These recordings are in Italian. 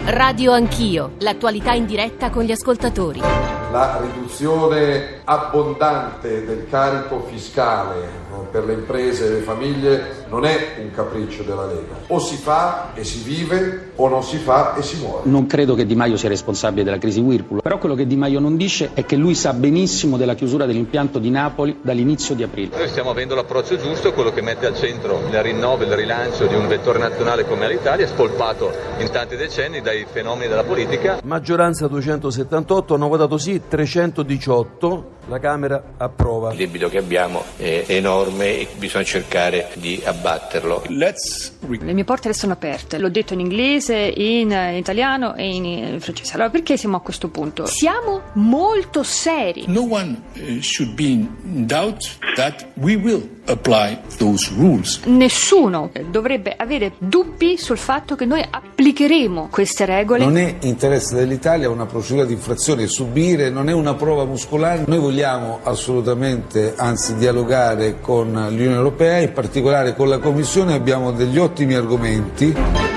Radio Anch'io, l'attualità in diretta con gli ascoltatori. La riduzione abbondante del carico fiscale per le imprese e le famiglie non è un capriccio della Lega. O si fa e si vive o non si fa e si muore. Non credo che Di Maio sia responsabile della crisi Whirlpool, però quello che Di Maio non dice è che lui sa benissimo della chiusura dell'impianto di Napoli dall'inizio di aprile. Noi stiamo avendo l'approccio giusto, quello che mette al centro il rinnovo e il rilancio di un vettore nazionale come l'Italia, spolpato in tanti decenni dai fenomeni della politica. Maggioranza 278, hanno votato sì 318, la Camera approva. Il debito che abbiamo è enorme e bisogna cercare di abbatterlo. Le mie porte restano aperte, l'ho detto in inglese, in italiano e in francese. Allora perché siamo a questo punto? Siamo molto seri. No one should be in doubt that we will apply those rules. Nessuno dovrebbe avere dubbi sul fatto che noi applicheremo queste regole. Non è interesse dell'Italia una procedura di infrazione, subire non è una prova muscolare. Noi vogliamo assolutamente, anzi, dialogare con l'Unione Europea, in particolare con la Commissione. Abbiamo degli ottimi argomenti.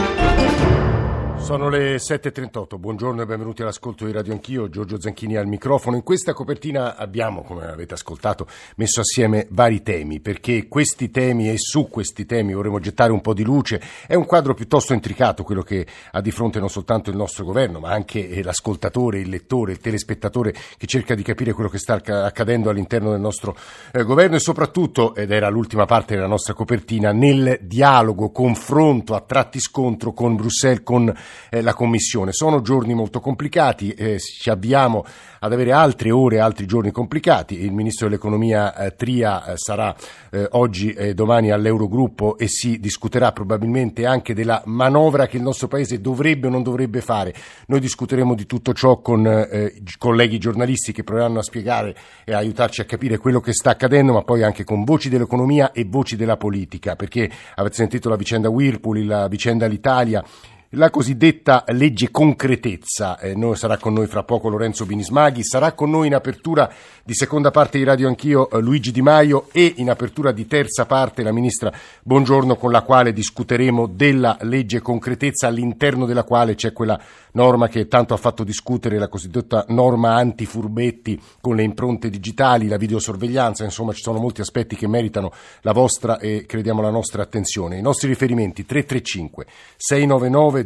Sono le 7.38, buongiorno e benvenuti all'ascolto di Radio Anch'io, Giorgio Zanchini al microfono. In questa copertina abbiamo, come avete ascoltato, messo assieme vari temi, perché questi temi e su questi temi vorremmo gettare un po' di luce. È un quadro piuttosto intricato quello che ha di fronte non soltanto il nostro governo, ma anche l'ascoltatore, il lettore, il telespettatore che cerca di capire quello che sta accadendo all'interno del nostro governo e soprattutto, ed era l'ultima parte della nostra copertina, nel dialogo, confronto, a tratti scontro con Bruxelles, con la Commissione. Sono giorni molto complicati, ci avviamo ad avere altre ore, altri giorni complicati. Il Ministro dell'Economia Tria sarà oggi e domani all'Eurogruppo e si discuterà probabilmente anche della manovra che il nostro Paese dovrebbe o non dovrebbe fare. Noi discuteremo di tutto ciò con colleghi giornalisti che proveranno a spiegare e a aiutarci a capire quello che sta accadendo, ma poi anche con voci dell'economia e voci della politica, perché avete sentito la vicenda Whirlpool, la vicenda Alitalia, la cosiddetta legge concretezza. Sarà con noi fra poco Lorenzo Binismaghi, sarà con noi in apertura di seconda parte di Radio Anch'io Luigi Di Maio e in apertura di terza parte la ministra Bongiorno, con la quale discuteremo della legge concretezza, all'interno della quale c'è quella norma che tanto ha fatto discutere, la cosiddetta norma antifurbetti con le impronte digitali, la videosorveglianza. Insomma, ci sono molti aspetti che meritano la vostra e crediamo la nostra attenzione. I nostri riferimenti 335 699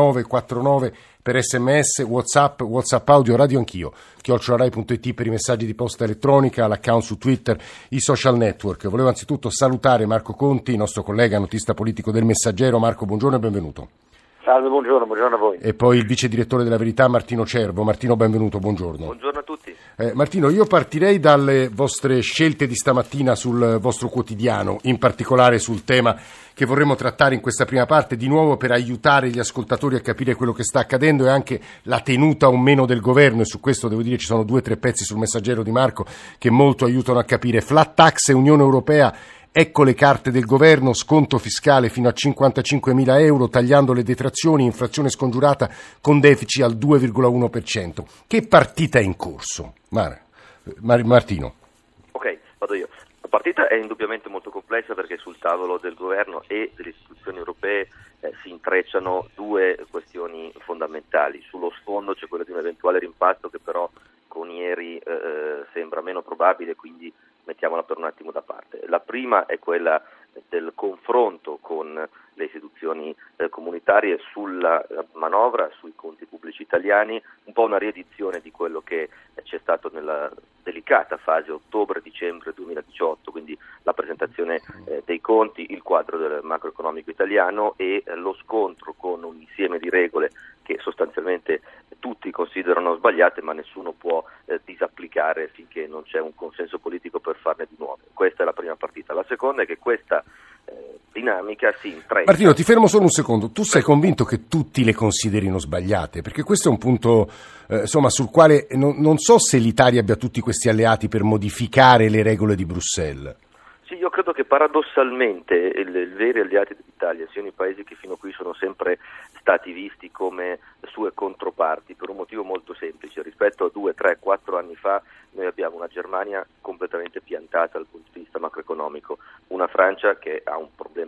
2949 per sms, whatsapp audio, Radio Anch'io @rai.it per i messaggi di posta elettronica, l'account su Twitter, i social network. Volevo anzitutto salutare Marco Conti, nostro collega notista politico del Messaggero. Marco, buongiorno e benvenuto. Salve, buongiorno a voi. E poi il vice direttore della Verità Martino Cervo. Martino, benvenuto, buongiorno. Buongiorno a tutti. Martino, io partirei dalle vostre scelte di stamattina sul vostro quotidiano, in particolare sul tema che vorremmo trattare in questa prima parte, di nuovo per aiutare gli ascoltatori a capire quello che sta accadendo e anche la tenuta o meno del governo, e su questo devo dire ci sono 2 o 3 pezzi sul Messaggero di Marco che molto aiutano a capire. Flat tax e Unione Europea. Ecco le carte del governo: sconto fiscale fino a 55.000 euro, tagliando le detrazioni, inflazione scongiurata con deficit al 2,1%. Che partita è in corso? Martino. Ok, vado io. La partita è indubbiamente molto complessa perché sul tavolo del governo e delle istituzioni europee si intrecciano 2 questioni fondamentali. Sullo sfondo c'è quella di un eventuale rimpatto che però con ieri sembra meno probabile, quindi mettiamola per un attimo da parte. La prima è quella del confronto con le istituzioni comunitarie sulla manovra, sui conti pubblici italiani, un po' una riedizione di quello che c'è stato nella delicata fase ottobre-dicembre 2018, quindi la presentazione dei conti, il quadro del macroeconomico italiano e lo scontro con un insieme di regole che sostanzialmente tutti considerano sbagliate, ma nessuno può disapplicare finché non c'è un consenso politico per farne di nuove. Questa è la prima partita. La seconda è che questa dinamica si intreccia. Martino, ti fermo solo un secondo. Tu sei convinto che tutti le considerino sbagliate? Perché questo è un punto sul quale non so se l'Italia abbia tutti questi alleati per modificare le regole di Bruxelles. Sì, io credo che paradossalmente i veri alleati dell'Italia siano i paesi che fino a qui sono sempre stati visti come sue controparti, per un motivo molto semplice. Rispetto a 2, 3, 4 anni fa noi abbiamo una Germania completamente piantata dal punto di vista macroeconomico, una Francia che ha un problema sociale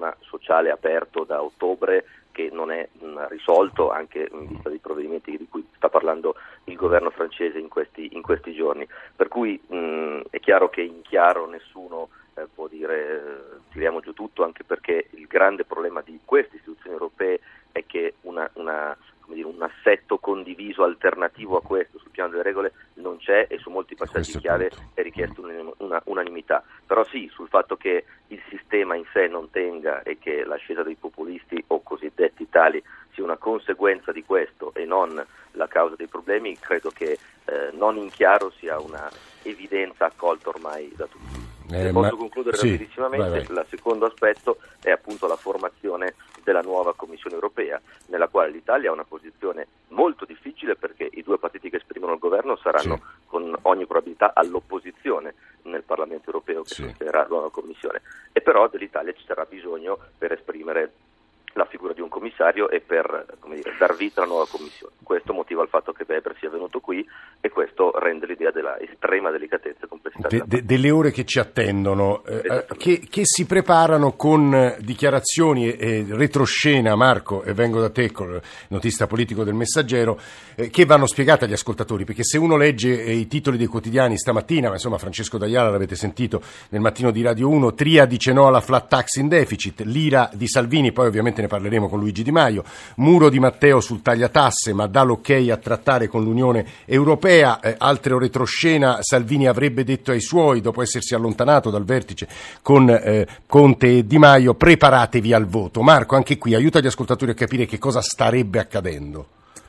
commerciale aperto da ottobre che non è risolto anche in vista dei provvedimenti di cui sta parlando il governo francese in questi giorni. Per cui è chiaro che in chiaro nessuno può dire tiriamo giù tutto, anche perché il grande problema di queste istituzioni europee è che un assetto condiviso alternativo a questo sul piano delle regole non c'è, e su molti passaggi chiave è richiesta unanimità. Però sì, sul fatto che il sistema in sé non tenga e che l'ascesa dei populisti o cosiddetti tali sia una conseguenza di questo e non la causa dei problemi, credo che non in chiaro sia una evidenza accolta ormai da tutti. Posso concludere rapidissimamente, il secondo aspetto è appunto la formazione della nuova Commissione europea, nella quale l'Italia ha una posizione molto difficile, perché i due partiti che esprimono il governo saranno con ogni probabilità all'opposizione nel Parlamento europeo che sosterrà la nuova Commissione, e però dell'Italia ci sarà bisogno per esprimere la figura di un commissario e per dar vita alla nuova Commissione. Questo motiva il fatto che Weber sia venuto qui, e questo rende l'idea della estrema delicatezza e complessità delle ore che ci attendono, che si preparano con dichiarazioni e retroscena, Marco, e vengo da te, notista politico del Messaggero, che vanno spiegate agli ascoltatori, perché se uno legge i titoli dei quotidiani stamattina, ma insomma Francesco D'Aiala l'avete sentito nel mattino di Radio 1, Tria dice no alla flat tax in deficit, l'ira di Salvini, poi ovviamente ne parleremo con Luigi Di Maio, muro di Matteo sul tagliatasse ma dà l'ok a trattare con l'Unione Europea, altre retroscena, Salvini avrebbe detto ai suoi dopo essersi allontanato dal vertice con Conte e Di Maio preparatevi al voto. Marco, anche qui aiuta gli ascoltatori a capire che cosa starebbe accadendo.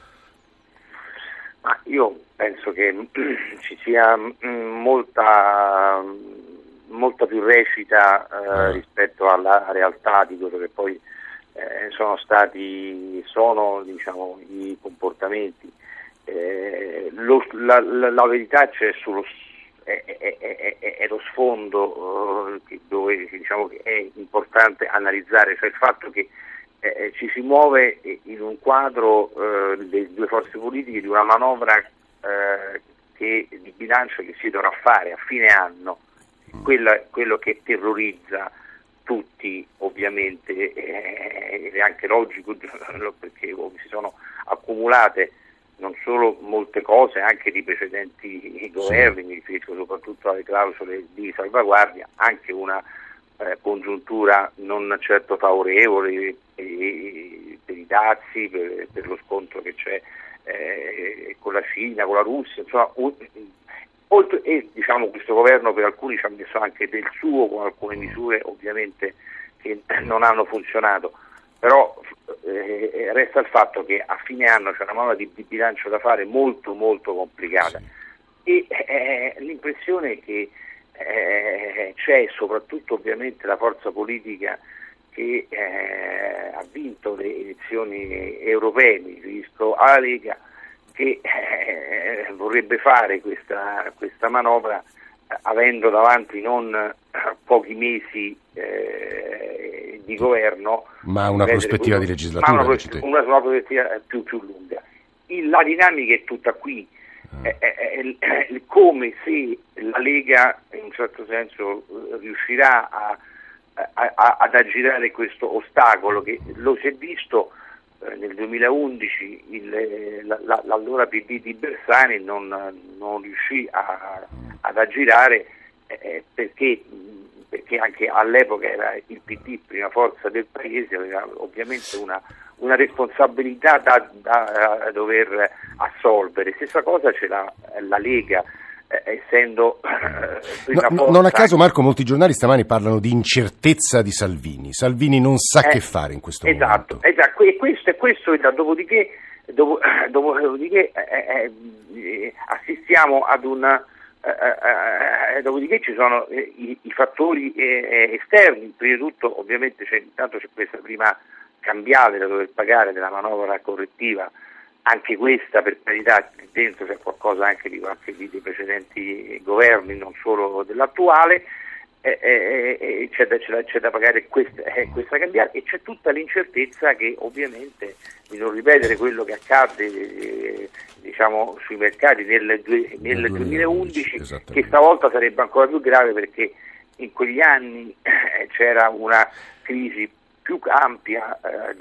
Ma io penso che ci sia molta più recita rispetto alla realtà di quello che poi sono diciamo i comportamenti. La verità c'è è lo sfondo dove diciamo che è importante analizzare, cioè il fatto che ci si muove in un quadro delle due forze politiche di una manovra di bilancio che si dovrà fare a fine anno. Quello che terrorizza tutti ovviamente ed è anche logico, perché si sono accumulate non solo molte cose anche di precedenti governi, mi riferisco soprattutto alle clausole di salvaguardia, anche una congiuntura non certo favorevole per i dazi, per lo scontro che c'è con la Cina, con la Russia, insomma, e diciamo questo governo per alcuni ci ha messo anche del suo, con alcune misure ovviamente che non hanno funzionato, però resta il fatto che a fine anno c'è una manovra di bilancio da fare molto molto complicata, e l'impressione che c'è soprattutto ovviamente la forza politica che ha vinto le elezioni europee, mi riferisco alla Lega, che vorrebbe fare questa manovra avendo davanti non pochi mesi di governo, ma una prospettiva di legislatura, ma una prospettiva più lunga. La dinamica è tutta qui, è come se la Lega in un certo senso riuscirà ad aggirare questo ostacolo che lo si è visto nel 2011 l'allora PD di Bersani non riuscì ad aggirare perché anche all'epoca era il PD prima forza del paese, aveva ovviamente una responsabilità da dover assolvere. Stessa cosa c'è la Lega, essendo non a caso, Marco, molti giornali stamani parlano di incertezza di Salvini. Salvini non sa che fare in questo momento. Esatto, e questo dopodiché assistiamo ad dopodiché ci sono i fattori esterni. Prima di tutto ovviamente intanto c'è questa prima cambiale da dover pagare della manovra correttiva, anche questa per carità dentro c'è qualcosa anche dei precedenti governi, non solo dell'attuale, c'è da pagare questa cambiale, e c'è tutta l'incertezza che ovviamente, di non ripetere quello che accadde diciamo sui mercati nel 2011, che stavolta sarebbe ancora più grave perché in quegli anni c'era una crisi più ampia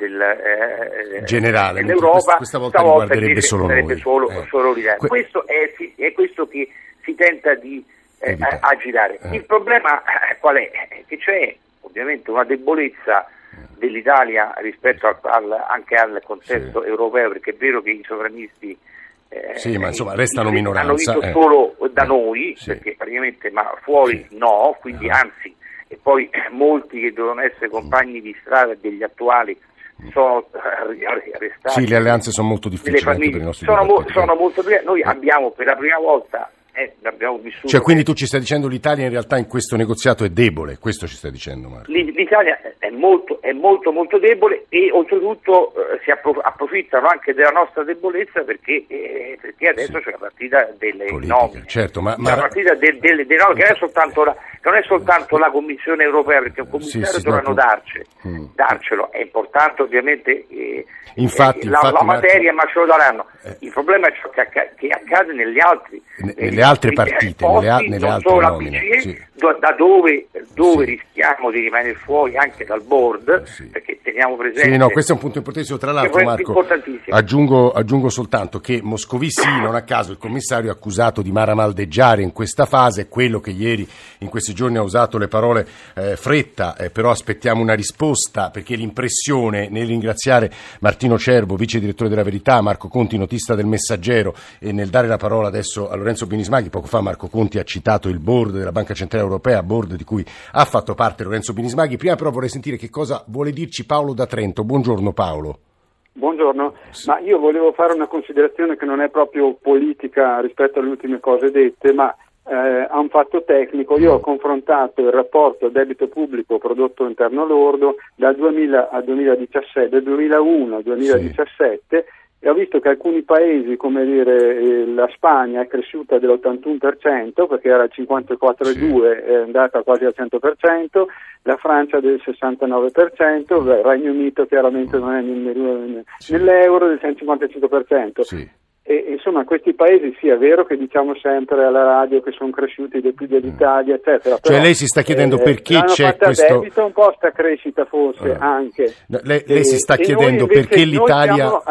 generale dell'Europa, questa volta riguarderebbe solo noi. Solo l'Italia. Questo è questo che si tenta di aggirare. Il problema qual è? Che c'è ovviamente una debolezza dell'Italia rispetto anche al contesto europeo, perché è vero che i sovranisti ma insomma restano minoranza. Hanno vinto solo da noi, perché praticamente fuori no, quindi anzi, e poi molti che dovevano essere compagni di strada degli attuali sono arrestati. Sì, le alleanze sono molto difficili anche per i nostri sono molto noi abbiamo per la prima volta abbiamo vissuto. Cioè, quindi tu ci stai dicendo l'Italia in realtà in questo negoziato è debole, questo ci stai dicendo, Marco? L'Italia è molto debole e oltretutto si approfittano anche della nostra debolezza perché adesso c'è la partita delle nomine. Certo, ma la partita delle nomine che non è soltanto la Commissione europea, perché un commissario dovranno darcelo, è importante ovviamente infatti, la materia, ma ce lo daranno. Il problema è ciò che accade nelle altre partite, nelle altre nomine, da dove rischiamo di rimanere fuori anche dal board, perché teniamo presente. Questo è un punto importantissimo. Tra l'altro, Marco, aggiungo soltanto che Moscovici, non a caso il commissario, è accusato di maramaldeggiare in questa fase, quello che ieri in questi giorni ha usato le parole fretta, però aspettiamo una risposta, perché l'impressione nel ringraziare Martino Cervo, vice direttore della Verità, Marco Conti, notista del Messaggero, e nel dare la parola adesso a Lorenzo Binismaghi. Poco fa Marco Conti ha citato il board della Banca Centrale Europea, board di cui ha fatto parte Lorenzo Binismaghi. Prima però vorrei sentire che cosa vuole dirci Paolo da Trento. Buongiorno Paolo. Buongiorno, ma io volevo fare una considerazione che non è proprio politica rispetto alle ultime cose dette, ma ha un fatto tecnico. Io ho confrontato il rapporto debito pubblico prodotto interno lordo dal 2000 al 2017, dal 2001 al 2017, e ho visto che alcuni paesi, come la Spagna, è cresciuta dell'81%, perché era al 54,2%, è andata quasi al 100%, la Francia del 69%, il Regno Unito chiaramente non è nell'euro, del 155%. E insomma, questi paesi è vero che diciamo sempre alla radio che sono cresciuti più dell'Italia, eccetera. Cioè lei si sta chiedendo perché c'è questo debito, un po' sta crescita forse anche. Lei si sta chiedendo perché l'Italia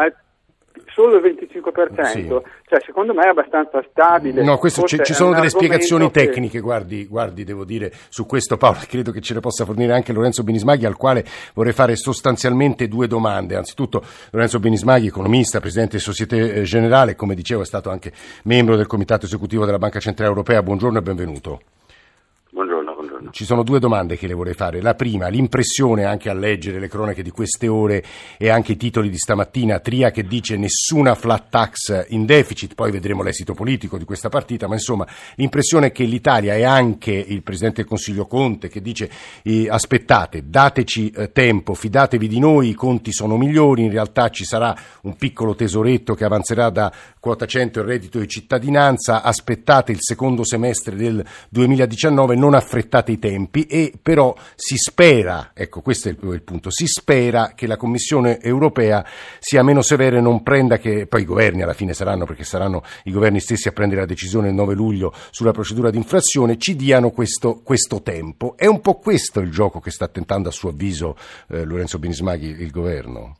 solo il 25%, cioè secondo me è abbastanza stabile. No, questo ci sono delle spiegazioni tecniche, guardi, devo dire su questo, Paolo, credo che ce le possa fornire anche Lorenzo Binismaghi, al quale vorrei fare sostanzialmente due domande. Anzitutto Lorenzo Binismaghi, economista, presidente di Société Générale, come dicevo è stato anche membro del comitato esecutivo della Banca Centrale Europea. Buongiorno e benvenuto. Buongiorno. Ci sono due domande che le vorrei fare. La prima, l'impressione anche a leggere le cronache di queste ore e anche i titoli di stamattina, Tria che dice nessuna flat tax in deficit, poi vedremo l'esito politico di questa partita, ma insomma l'impressione è che l'Italia e anche il Presidente del Consiglio Conte che dice aspettate, dateci tempo, fidatevi di noi, i conti sono migliori, in realtà ci sarà un piccolo tesoretto che avanzerà da quota 100 il reddito di cittadinanza, aspettate il secondo semestre del 2019, non affrettate i tempi, e però si spera, ecco questo è il punto, si spera che la Commissione europea sia meno severa e non prenda, che poi i governi alla fine saranno, perché saranno i governi stessi a prendere la decisione il 9 luglio sulla procedura di infrazione, ci diano questo tempo. È un po' questo il gioco che sta tentando a suo avviso Lorenzo Binismaghi il governo?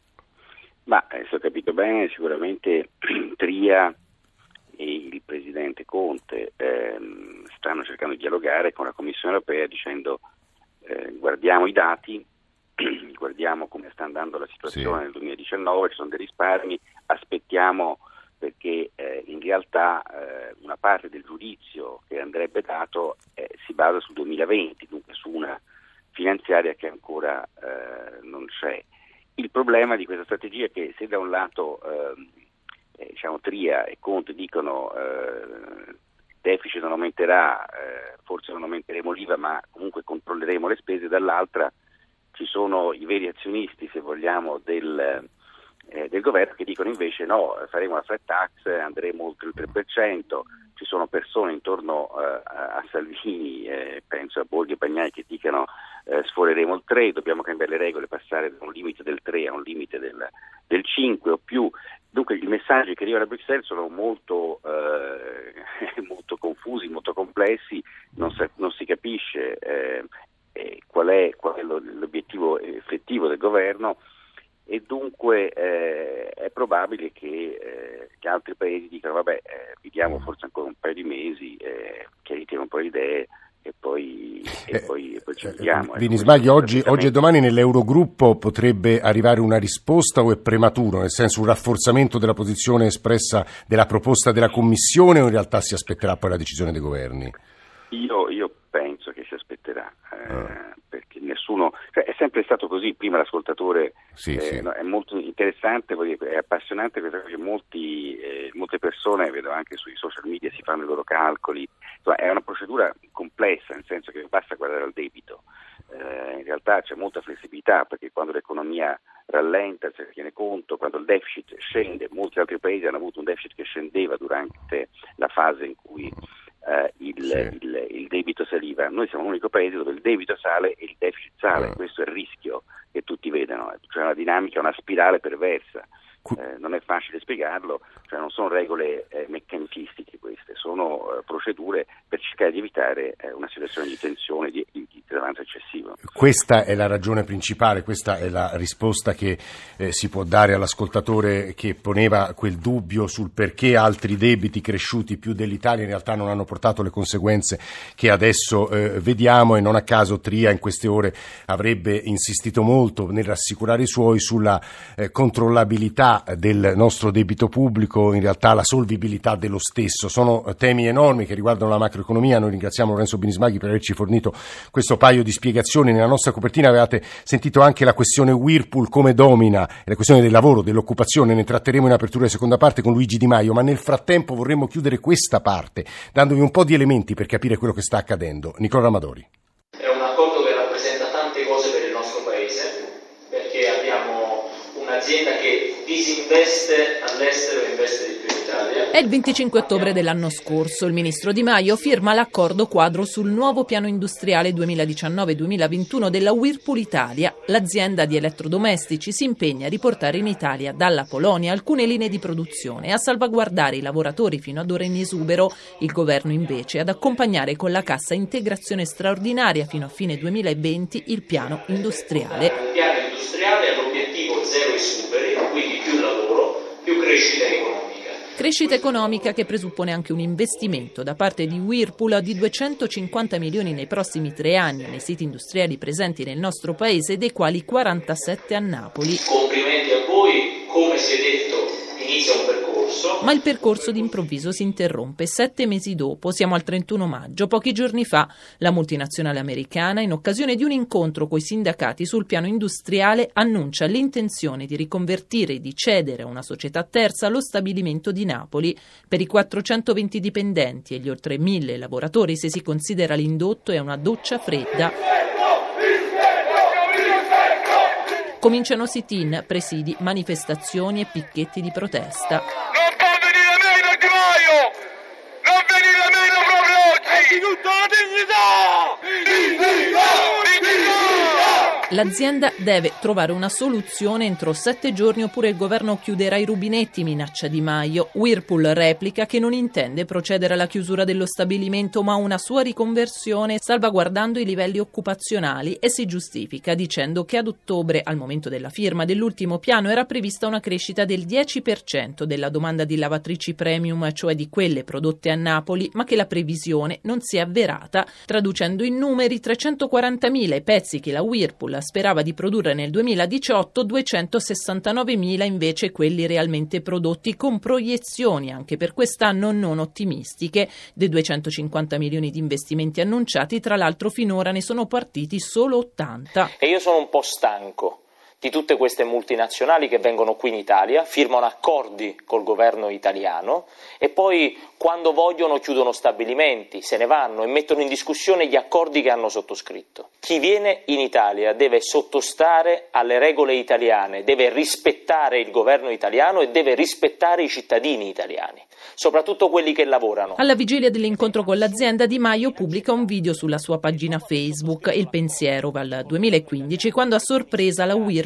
Ma se ho capito bene sicuramente Tria e il Presidente Conte stanno cercando di dialogare con la Commissione Europea dicendo guardiamo i dati, guardiamo come sta andando la situazione nel 2019, ci sono dei risparmi, aspettiamo perché in realtà una parte del giudizio che andrebbe dato si basa sul 2020, dunque su una finanziaria che ancora non c'è. Il problema di questa strategia è che se da un lato Tria e Conte dicono deficit non aumenterà, forse non aumenteremo l'IVA, ma comunque controlleremo le spese, dall'altra ci sono i veri azionisti, se vogliamo, del governo che dicono invece no, faremo la flat tax, andremo oltre il 3%, ci sono persone intorno a Salvini, penso a Boldi e Bagnai, che dicono sforeremo il 3, dobbiamo cambiare le regole, passare da un limite del 3 a un limite del 5 o più. Dunque i messaggi che arrivano da Bruxelles sono molto confusi, molto complessi, non si capisce. qual è l'obiettivo effettivo del governo, e dunque è probabile che altri paesi dicano vediamo forse ancora un paio di mesi, chiaritiamo un po' di idee e poi ci vediamo. Vinismaghi, oggi e domani nell'Eurogruppo potrebbe arrivare una risposta, o è prematuro, nel senso un rafforzamento della posizione espressa della proposta della Commissione, o in realtà si aspetterà poi la decisione dei governi? Io penso che si aspetterà, perché nessuno, è sempre stato così. Prima l'ascoltatore è molto interessante, è appassionante perché molte persone, vedo anche sui social media, si fanno i loro calcoli. Insomma, è una procedura complessa, nel senso che non basta guardare al debito, in realtà c'è molta flessibilità, perché quando l'economia rallenta se ne tiene conto, quando il deficit scende, molti altri paesi hanno avuto un deficit che scendeva durante la fase in cui il debito saliva. Noi siamo l'unico paese dove il debito sale e il deficit sale. Questo è il rischio che tutti vedono, c'è una dinamica, una spirale perversa. Non è facile spiegarlo, cioè non sono regole meccanicistiche queste, sono procedure per cercare di evitare una situazione di tensione, di avanzo eccessivo. Questa è la ragione principale, questa è la risposta che si può dare all'ascoltatore che poneva quel dubbio sul perché altri debiti cresciuti più dell'Italia in realtà non hanno portato le conseguenze che adesso vediamo, e non a caso Tria in queste ore avrebbe insistito molto nel rassicurare i suoi sulla controllabilità del nostro debito pubblico, in realtà la solvibilità dello stesso. Sono temi enormi che riguardano la macroeconomia. Noi ringraziamo Lorenzo Vinismaghi per averci fornito questo paio di spiegazioni. Nella nostra copertina avevate sentito anche la questione Whirlpool, come domina, e la questione del lavoro, dell'occupazione. Ne tratteremo in apertura di seconda parte con Luigi Di Maio, ma nel frattempo vorremmo chiudere questa parte dandovi un po' di elementi per capire quello che sta accadendo. Nicola Ramadori. È un accordo che rappresenta tante cose per il nostro paese, perché abbiamo un'azienda che disinveste all'estero e investe di più in Italia. È il 25 ottobre dell'anno scorso. Il ministro Di Maio firma l'accordo quadro sul nuovo piano industriale 2019-2021 della Whirlpool Italia. L'azienda di elettrodomestici si impegna a riportare in Italia dalla Polonia alcune linee di produzione e a salvaguardare i lavoratori fino ad ora in esubero. Il governo invece ad accompagnare con la cassa integrazione straordinaria fino a fine 2020 il piano industriale. Il piano industriale ha l'obiettivo zero esuberi, quindi più lavoro, più crescita economica. Crescita economica che presuppone anche un investimento da parte di Whirlpool di 250 milioni nei prossimi 3 anni nei siti industriali presenti nel nostro paese, dei quali 47 a Napoli. Complimenti a voi, come si è detto inizia un percorso. Ma il percorso d'improvviso si interrompe 7 mesi dopo, siamo al 31 maggio. Pochi giorni fa la multinazionale americana, in occasione di un incontro coi sindacati sul piano industriale, annuncia l'intenzione di riconvertire e di cedere a una società terza lo stabilimento di Napoli. Per i 420 dipendenti e gli oltre 1.000 lavoratori, se si considera l'indotto, è una doccia fredda. Cominciano sit-in, presidi, manifestazioni e picchetti di protesta. Non può venire meno Di Maio! Non venire meno proprio oggi! È di tutta la dignità! L'azienda deve trovare una soluzione entro 7 giorni oppure il governo chiuderà i rubinetti, minaccia Di Maio. Whirlpool replica che non intende procedere alla chiusura dello stabilimento ma a una sua riconversione salvaguardando i livelli occupazionali, e si giustifica dicendo che ad ottobre, al momento della firma dell'ultimo piano, era prevista una crescita del 10% della domanda di lavatrici premium, cioè di quelle prodotte a Napoli, ma che la previsione non si è avverata. Traducendo in numeri, 340.000 i pezzi che la Whirlpool sperava di produrre nel 2018, 269.000 invece quelli realmente prodotti, con proiezioni anche per quest'anno non ottimistiche. Dei 250 milioni di investimenti annunciati, tra l'altro finora ne sono partiti solo 80. E io sono un po' stanco di tutte queste multinazionali che vengono qui in Italia, firmano accordi col governo italiano e poi quando vogliono chiudono stabilimenti, se ne vanno e mettono in discussione gli accordi che hanno sottoscritto. Chi viene in Italia deve sottostare alle regole italiane, deve rispettare il governo italiano e deve rispettare i cittadini italiani, soprattutto quelli che lavorano. Alla vigilia dell'incontro con l'azienda, Di Maio pubblica un video sulla sua pagina Facebook. Il pensiero va al 2015, quando a sorpresa la Whirlpool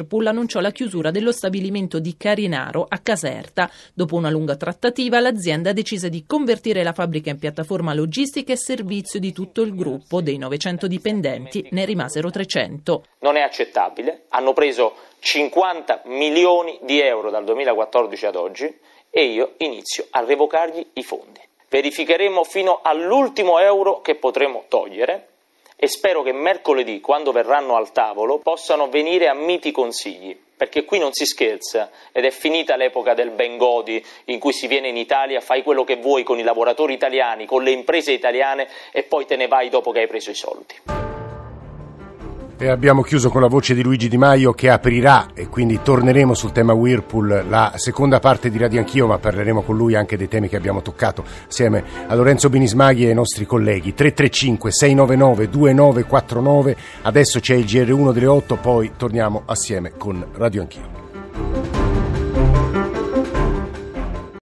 Whirlpool annunciò la chiusura dello stabilimento di Carinaro a Caserta. Dopo una lunga trattativa, l'azienda decise di convertire la fabbrica in piattaforma logistica e servizio di tutto il gruppo. Dei 900 dipendenti ne rimasero 300. Non è accettabile. Hanno preso 50 milioni di euro dal 2014 ad oggi e io inizio a revocargli i fondi. Verificheremo fino all'ultimo euro che potremo togliere e spero che mercoledì, quando verranno al tavolo, possano venire a miti consigli, perché qui non si scherza ed è finita l'epoca del ben godi in cui si viene in Italia, fai quello che vuoi con i lavoratori italiani, con le imprese italiane e poi te ne vai dopo che hai preso i soldi. E abbiamo chiuso con la voce di Luigi Di Maio che aprirà, e quindi torneremo sul tema Whirlpool, la seconda parte di Radio Anch'io, ma parleremo con lui anche dei temi che abbiamo toccato assieme a Lorenzo Binismaghi e ai nostri colleghi. 335-699-2949, adesso c'è il GR1 delle 8, poi torniamo assieme con Radio Anch'io.